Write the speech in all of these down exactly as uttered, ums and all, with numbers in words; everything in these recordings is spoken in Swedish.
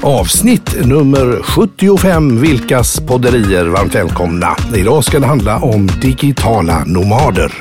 Avsnitt nummer sjuttiofem, Vilkas podderier, varmt välkomna. Idag ska det handla om digitala nomader.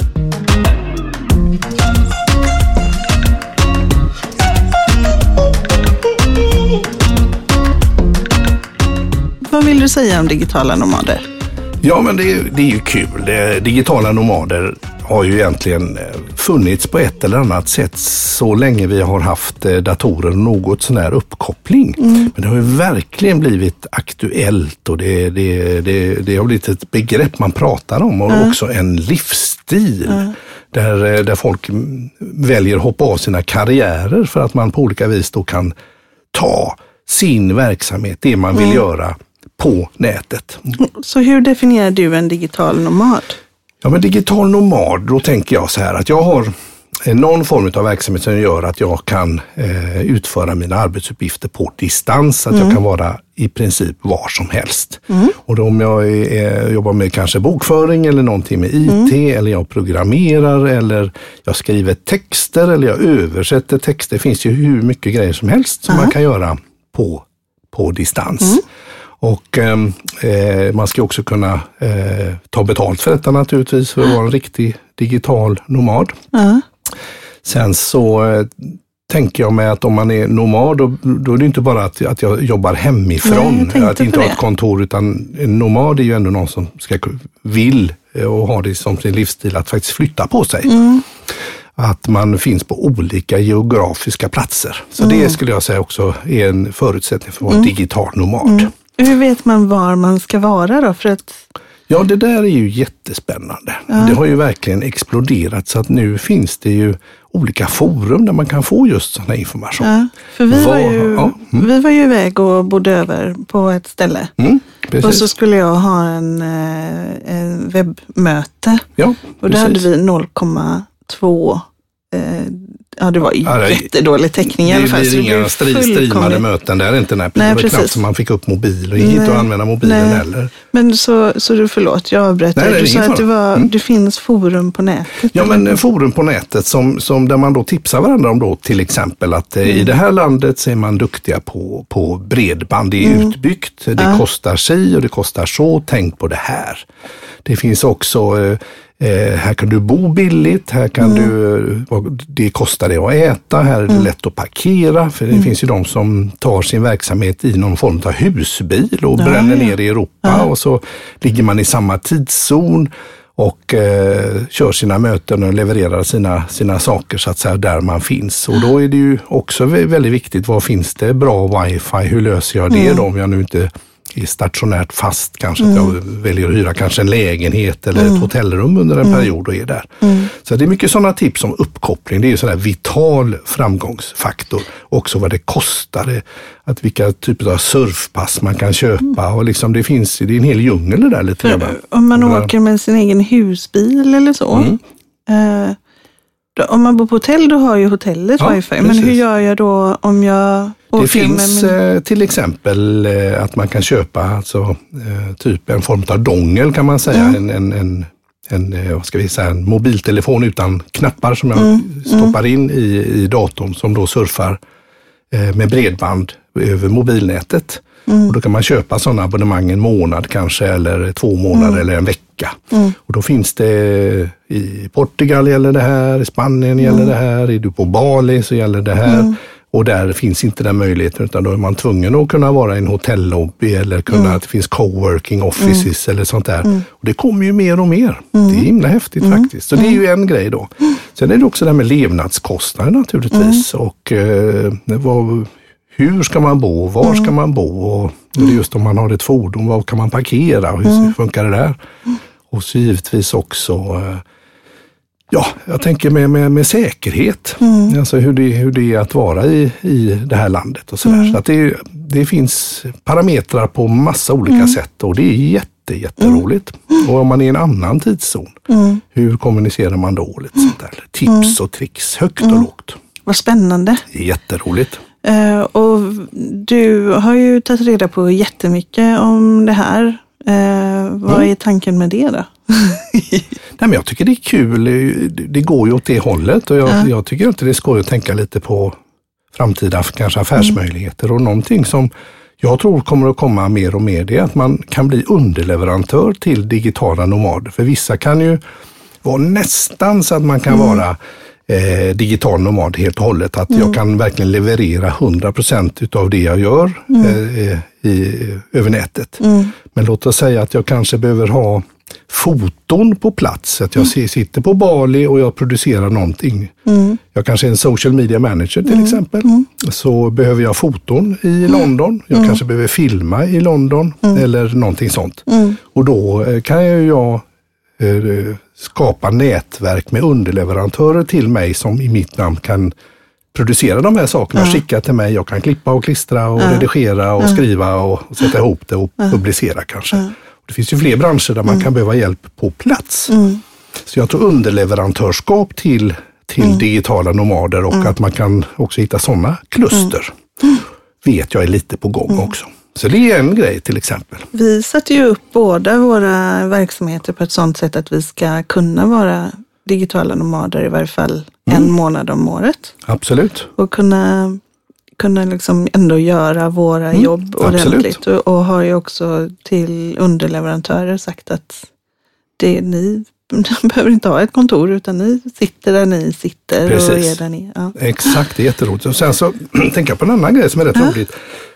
Vad vill du säga om digitala nomader? Ja, men det är, det är ju kul. Det, digitala nomader har ju egentligen funnits på ett eller annat sätt så länge vi har haft datorer och något sån här uppkoppling. Mm. Men det har ju verkligen blivit aktuellt och det, det, det, det har blivit ett begrepp man pratar om och mm. också en livsstil. Mm. Där, där folk väljer att hoppa av sina karriärer för att man på olika vis då kan ta sin verksamhet, det man vill mm. göra på nätet. Så hur definierar du en digital nomad? Ja, men digital nomad, då tänker jag så här att jag har någon form av verksamhet som gör att jag kan eh, utföra mina arbetsuppgifter på distans, att mm. jag kan vara i princip var som helst. Mm. Och då om jag är, jobbar med kanske bokföring eller någonting med I T mm. eller jag programmerar eller jag skriver texter eller jag översätter texter. Det finns ju hur mycket grejer som helst som mm. man kan göra på, på distans. Mm. Och eh, man ska också kunna eh, ta betalt för detta naturligtvis för att vara en riktig digital nomad. Mm. Sen så eh, tänker jag mig att om man är nomad då, då är det inte bara att, att jag jobbar hemifrån. Nej, att inte ha ett kontor, utan en nomad är ju ändå någon som ska, vill och har det som sin livsstil att faktiskt flytta på sig. Mm. Att man finns på olika geografiska platser. Så mm. det skulle jag säga också är en förutsättning för att vara mm. digital nomad. Mm. Hur vet man var man ska vara då? För att... Ja, det där är ju jättespännande. Ja. Det har ju verkligen exploderat så att nu finns det ju olika forum där man kan få just sån här information. Ja, för vi var, var, ju, ja, mm. vi var ju iväg och bodde över på ett ställe. Mm, och så skulle jag ha en, en webbmöte. Ja, och då hade vi noll komma två. Ja, det var ju ja, jättedålig täckning i alla fall. Det blir inga streamade möten där, inte när Nej, det knappt som man fick upp mobil och gick inte att använda mobilen Nej. heller. Men så, så du förlåt, jag avbröt dig. Du sa att det, var, mm. det finns forum på nätet. Ja, men forum på nätet som, som där man då tipsar varandra om då till exempel att mm. i det här landet så är man duktiga på, på bredband. Det är mm. utbyggt, det ja. kostar sig och det kostar så, tänk på det här. Det finns också... Eh, här kan du bo billigt, här kan mm. du, det kostar det att äta, här är det mm. lätt att parkera, för det mm. finns ju de som tar sin verksamhet i någon form av husbil och ja, bränner ja. ner i Europa ja. och så ligger man i samma tidszon och eh, kör sina möten och levererar sina, sina saker så att säga där man finns. Och då är det ju också väldigt viktigt, vad finns det bra wifi, hur löser jag det mm. då om jag nu inte är stationärt fast, kanske mm. att jag väljer att hyra kanske en lägenhet eller mm. ett hotellrum under en mm. period och är där. Mm. Så det är mycket sådana tips om uppkoppling. Det är ju sådär vital framgångsfaktor. Också vad det kostar, att vilka typer av surfpass man kan köpa mm. och liksom det finns, det är en hel djungel där lite. För, om man där. åker med sin egen husbil eller så, mm. eh, då, om man bor på hotell då har ju hotellet ja, wifi. Men precis. Hur gör jag då om jag Det finns min... till exempel att man kan köpa alltså, typ en form av dongel kan man säga. Mm. En, en, en, en, vad ska vi säga, en mobiltelefon utan knappar som jag mm. stoppar in i, i datorn som då surfar med bredband över mobilnätet. Mm. Och då kan man köpa sådana abonnemang en månad kanske eller två månader mm. eller en vecka. Mm. Och då finns det i Portugal gäller det här, i Spanien gäller mm. det här, är du på Bali så gäller det här. Mm. Och där finns inte den möjligheten utan då är man tvungen att kunna vara i en hotellobby eller kunna mm. att det finns coworking offices mm. eller sånt där. Mm. Och det kommer ju mer och mer. Mm. Det är himla häftigt mm. faktiskt. Så det är ju en grej då. Sen är det också det här med levnadskostnader naturligtvis. Mm. Och eh, vad, hur ska man bo? Var mm. ska man bo? Och det är just om man har ett fordon, var kan man parkera? Hur mm. funkar det där? Mm. Och så givetvis också... Eh, Ja, jag tänker med, med, med säkerhet. Mm. Alltså hur det, hur det är att vara i, i det här landet och sådär. Mm. Så att det, det finns parametrar på massa olika mm. sätt och det är jätte, jätteroligt. Mm. Och om man är i en annan tidszon, mm. hur kommunicerar man då? Lite sånt där. Tips mm. och tricks, högt mm. och lågt. Vad spännande. Det är jätteroligt. Uh, och du har ju tagit reda på jättemycket om det här. Uh, vad mm. är tanken med det då? Nej, men jag tycker det är kul. Det går ju åt det hållet och jag, ja. jag tycker inte det är skoj att tänka lite på framtida kanske affärsmöjligheter. Mm. Och någonting som jag tror kommer att komma mer och mer, det är att man kan bli underleverantör till digitala nomader. För vissa kan ju vara nästan så att man kan mm. vara eh, digital nomad helt och hållet. Att mm. jag kan verkligen leverera hundra procent utav det jag gör mm. eh, i, över nätet. Mm. Men låt oss säga att jag kanske behöver ha foton på plats. Att jag mm. sitter på Bali och jag producerar någonting. Mm. Jag kanske är en social media manager till mm. exempel. Mm. Så behöver jag foton i mm. London. Jag mm. kanske behöver filma i London mm. eller någonting sånt. Mm. Och då kan ju jag eh, skapa nätverk med underleverantörer till mig som i mitt namn kan producera de här sakerna, mm. skicka till mig. Jag kan klippa och klistra och mm. redigera och mm. skriva och, och sätta ihop det och mm. publicera kanske. Mm. Det finns ju fler branscher där man mm. kan behöva hjälp på plats. Mm. Så jag tror underleverantörskap till, till mm. digitala nomader och mm. att man kan också hitta sådana kluster mm. vet jag är lite på gång mm. också. Så det är en grej till exempel. Vi sätter ju upp båda våra verksamheter på ett sådant sätt att vi ska kunna vara digitala nomader i varje fall mm. en månad om året. Absolut. Och kunna, kunna liksom ändå göra våra mm. jobb ordentligt. Och, och har ju också till underleverantörer sagt att det, ni behöver inte ha ett kontor utan ni sitter där ni sitter. Precis. Och är där ni. Ja. Exakt, det är jätteroligt. Och sen så tänker jag på en annan grej som är rätt ja. roligt.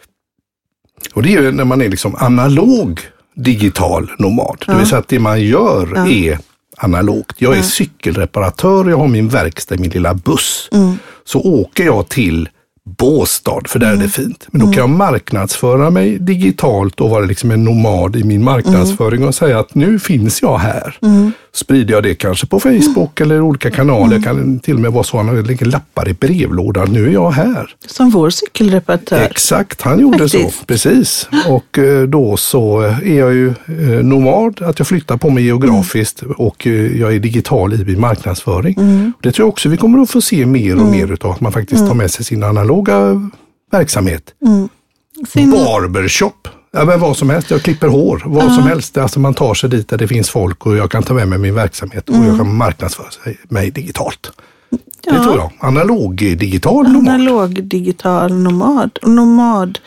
Och det är ju när man är liksom analog digital nomad. Ja. Det vill säga att det man gör ja. är analogt. Jag är ja. cykelreparatör, jag har min verkstad i min lilla buss. Mm. Så åker jag till Båstad, för där mm. är det fint. Men då kan jag marknadsföra mig digitalt och vara liksom en nomad i min marknadsföring mm. och säga att nu finns jag här. Mm. Sprider jag det kanske på Facebook mm. eller olika kanaler. Mm. Kan till och med vara så att han lägger lappar i brevlådan. Nu är jag här. Som vår cykelreparatör. Exakt, han gjorde Faktiskt. så. Precis. Och då så är jag ju nomad, att jag flyttar på mig geografiskt mm. och jag är digital i min marknadsföring. Mm. Det tror jag också vi kommer att få se mer och mm. mer utav. Att man faktiskt mm. tar med sig sin analoga verksamhet. Mm. Sin... Barbershop. Ja, men vad som helst, jag klipper hår, vad uh-huh. som helst. Alltså man tar sig dit där det finns folk och jag kan ta med mig min verksamhet och mm. jag kan marknadsföra mig digitalt. Ja. Det tror jag. Analog digital nomad. Analog digital nomad. Nomad,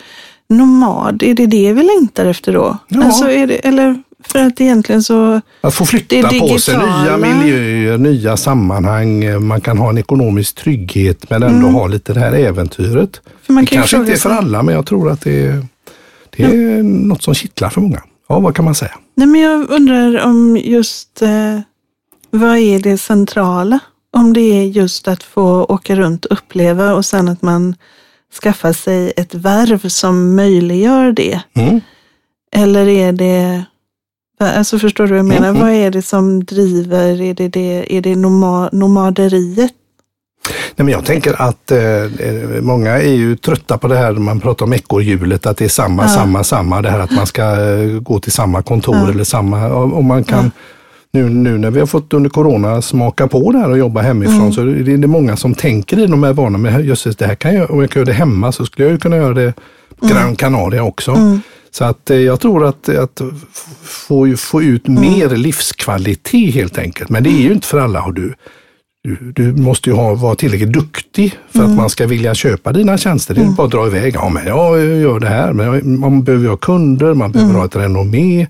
nomad, är det det vi längtar efter då? Ja. Alltså är det, eller för att egentligen så... Att få flytta på sig nya miljöer, nya sammanhang. Man kan ha en ekonomisk trygghet men ändå mm. ha lite det här äventyret. För man det kan kanske inte är för alla, men jag tror att det är... Det är ja. något som kittlar för många. Ja, vad kan man säga? Nej, men jag undrar om just eh, vad är det centrala? Om det är just att få åka runt och uppleva och sen att man skaffar sig ett värv som möjliggör det. Mm. Eller är det, alltså förstår du vad jag menar? Mm. Vad är det som driver, är det, det, är det noma, nomaderiet? Nej, men jag tänker att eh, många är ju trötta på det här, man pratar om ekorrhjulet, att det är samma, ja. samma, samma. Det här att man ska eh, gå till samma kontor ja. eller samma, och man kan ja. nu, nu när vi har fått under corona smaka på det här och jobba hemifrån mm. så är det många som tänker i de här banorna, men just det här kan jag, om jag kan göra det hemma så skulle jag ju kunna göra det på mm. Gran Canaria också. Mm. Så att eh, jag tror att, att få, få ut mm. mer livskvalitet helt enkelt, men det är ju inte för alla. Har du Du, du måste ju ha, vara tillräckligt duktig för mm. att man ska vilja köpa dina tjänster. Det är mm. bara att dra iväg. Ja, men jag gör det här. Men jag, man behöver ha kunder, man behöver mm. ha ett renommé,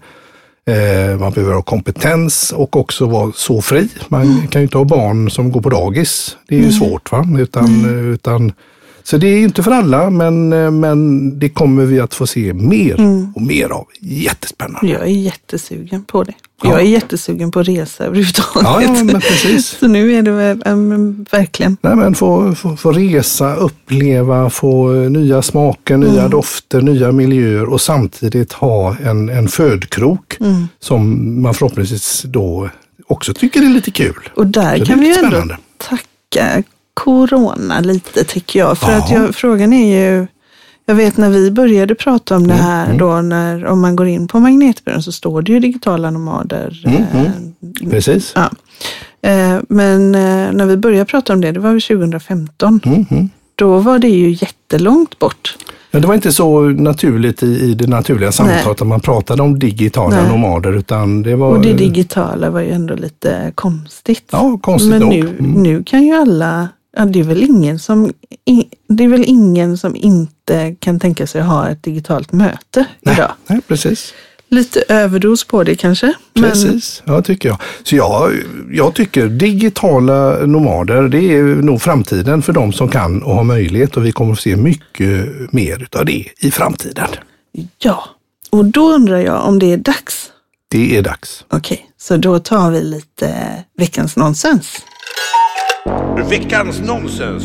eh, man behöver ha kompetens och också vara så fri. Man mm. kan ju inte ha barn som går på dagis. Det är ju mm. svårt, va? Utan, mm. utan, så det är inte för alla, men, men det kommer vi att få se mer mm. och mer av. Jättespännande. Jag är jättesugen på det. Ja. Jag är jättesugen på resa överhuvudtaget. Ja, ja, men precis. Så nu är det väl ähm, verkligen. Nej, men få, få, få resa, uppleva, få nya smaker, mm. nya dofter, nya miljöer och samtidigt ha en, en födkrok mm. som man förhoppningsvis då också tycker är lite kul. Och där kan vi ändå tacka corona lite, tycker jag. För ja. att jag, frågan är ju, jag vet när vi började prata om det här mm. då, när, om man går in på Magnetbyrån så står det ju digitala nomader. Mm. Eh, Precis. Ja. Eh, men eh, när vi började prata om det, det var ju tjugo femton. Mm. Då var det ju jättelångt bort. Ja, det var inte så naturligt i, i det naturliga samtalet att man pratade om digitala Nej. nomader. Utan det var... Och det digitala var ju ändå lite konstigt. Ja, konstigt Men nog. nu, mm. nu kan ju alla Ja, det är väl ingen som, det är väl ingen som inte kan tänka sig att ha ett digitalt möte nej, idag. Nej, precis. Lite överdos på det kanske. Precis, men... ja tycker jag. Så jag, jag tycker digitala nomader, det är nog framtiden för de som kan och har möjlighet. Och vi kommer att se mycket mer av det i framtiden. Ja, och då undrar jag om det är dags. Det är dags. Okej, så då tar vi lite veckans nonsens. Veckans nonsens.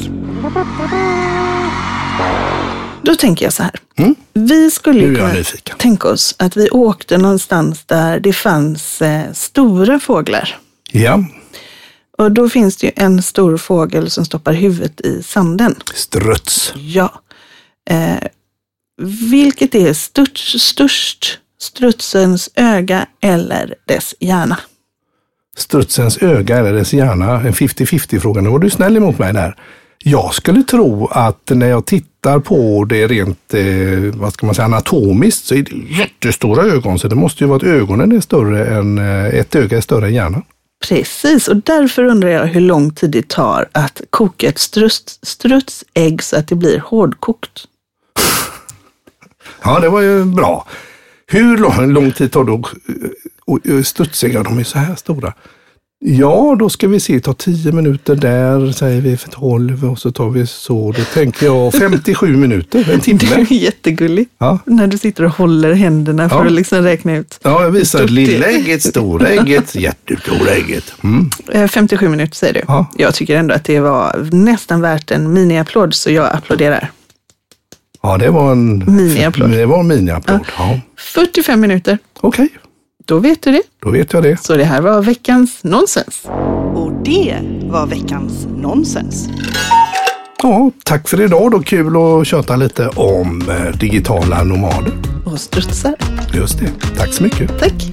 Då tänker jag så här. Mm. Vi skulle ju kunna tänka oss att vi åkte någonstans där det fanns eh, stora fåglar. Ja. Och då finns det ju en stor fågel som stoppar huvudet i sanden. Struts. Ja. Eh, vilket är störst, störst? Strutsens öga eller dess hjärna? Strutsens öga eller dess hjärna, en femtio-femtio-fråga. Nu var du snäll emot mig där. Jag skulle tro att när jag tittar på det rent, eh, vad ska man säga, anatomiskt så är det jättestora ögon. Så det måste ju vara att ögonen är större än, eh, ett öga är större än hjärnan. Precis, och därför undrar jag hur lång tid det tar att koka ett struts, strutsägg så att det blir hårdkokt. Ja, det var ju bra. Hur lång, lång tid tar då strutsäggar? De är så här stora. Ja, då ska vi se, ta tio minuter där, säger vi för tolv och så tar vi så, då tänker jag femtiosju minuter, en timme. Det är jättegulligt, ja. När du sitter och håller händerna för ja. Att liksom räkna ut. Ja, jag visar lilla ägget, stora ägget, jättestora ägget. Mm. femtiosju minuter säger du. Ja. Jag tycker ändå att det var nästan värt en mini-applåd, så jag applåderar. Ja, det var en mini-applåd. Det var en mini-applåd, ja. ja. fyrtiofem minuter. Okej. Okay. Då vet du det. Då vet jag det. Så det här var veckans nonsens. Och det var veckans nonsens. Ja, tack för idag då. Kul att köta lite om digitala nomader. Och strutsar. Just det. Tack så mycket. Tack.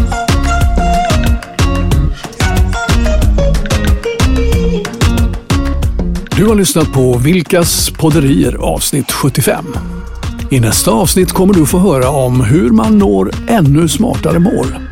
Du har lyssnat på Vilkas podderier avsnitt sjuttiofem. I nästa avsnitt kommer du få höra om hur man når ännu smartare mål.